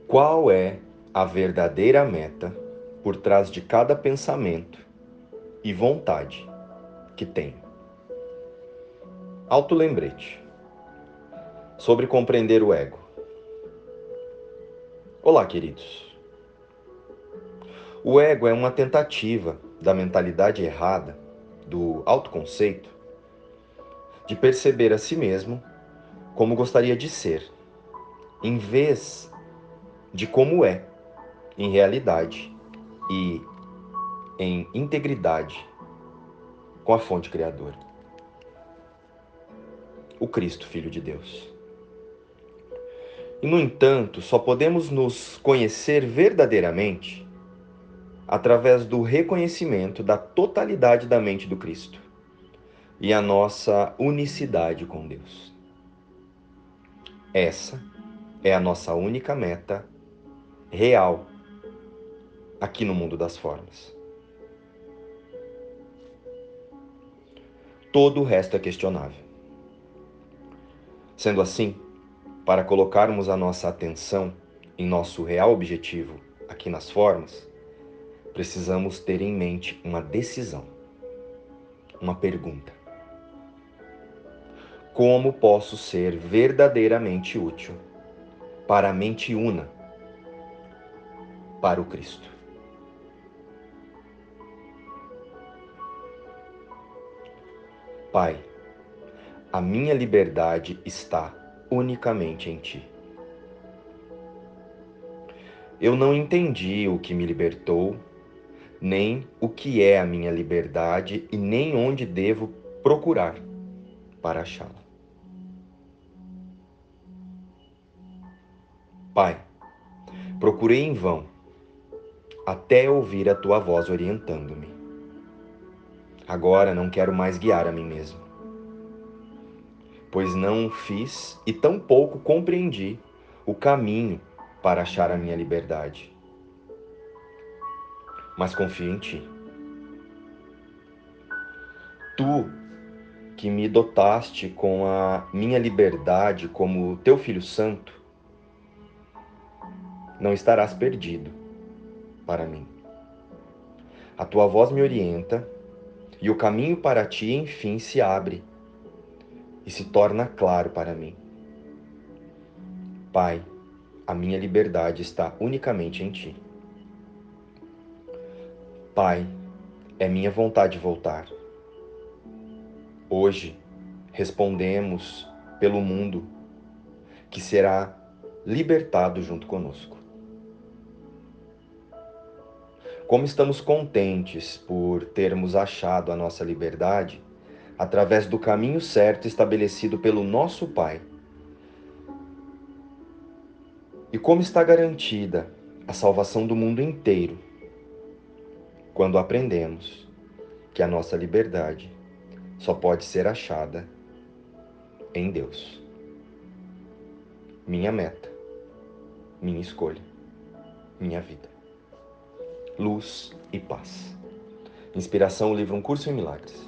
Qual é a verdadeira meta por trás de cada pensamento e vontade que tenho? Autolembrete sobre compreender o ego. Olá, queridos. O ego é uma tentativa da mentalidade errada, do autoconceito, de perceber a si mesmo como gostaria de ser, em vez de como é, em realidade e em integridade com a fonte criadora, o Cristo, Filho de Deus. E, no entanto, só podemos nos conhecer verdadeiramente através do reconhecimento da totalidade da mente do Cristo e a nossa unicidade com Deus. Essa é a nossa única meta real aqui no mundo das formas. Todo o resto é questionável. Sendo assim, para colocarmos a nossa atenção em nosso real objetivo aqui nas formas, precisamos ter em mente uma decisão, uma pergunta. Como posso ser verdadeiramente útil para a mente una, para o Cristo? Pai, a minha liberdade está unicamente em Ti. Eu não entendi o que me libertou, nem o que é a minha liberdade e nem onde devo procurar para achá-la. Pai, procurei em vão, até ouvir a Tua voz orientando-me. Agora não quero mais guiar a mim mesmo, pois não fiz e tampouco compreendi o caminho para achar a minha liberdade. Mas confio em Ti. Tu, que me dotaste com a minha liberdade como Teu Filho Santo, não estarás perdido para mim. A Tua voz me orienta e o caminho para Ti, enfim, se abre e se torna claro para mim. Pai, a minha liberdade está unicamente em Ti. Pai, é minha vontade voltar. Hoje, respondemos pelo mundo que será libertado junto conosco. Como estamos contentes por termos achado a nossa liberdade através do caminho certo estabelecido pelo nosso Pai. E como está garantida a salvação do mundo inteiro quando aprendemos que a nossa liberdade só pode ser achada em Deus. Minha meta, minha escolha, minha vida. Luz e paz. Inspiração, o livro Um Curso em Milagres.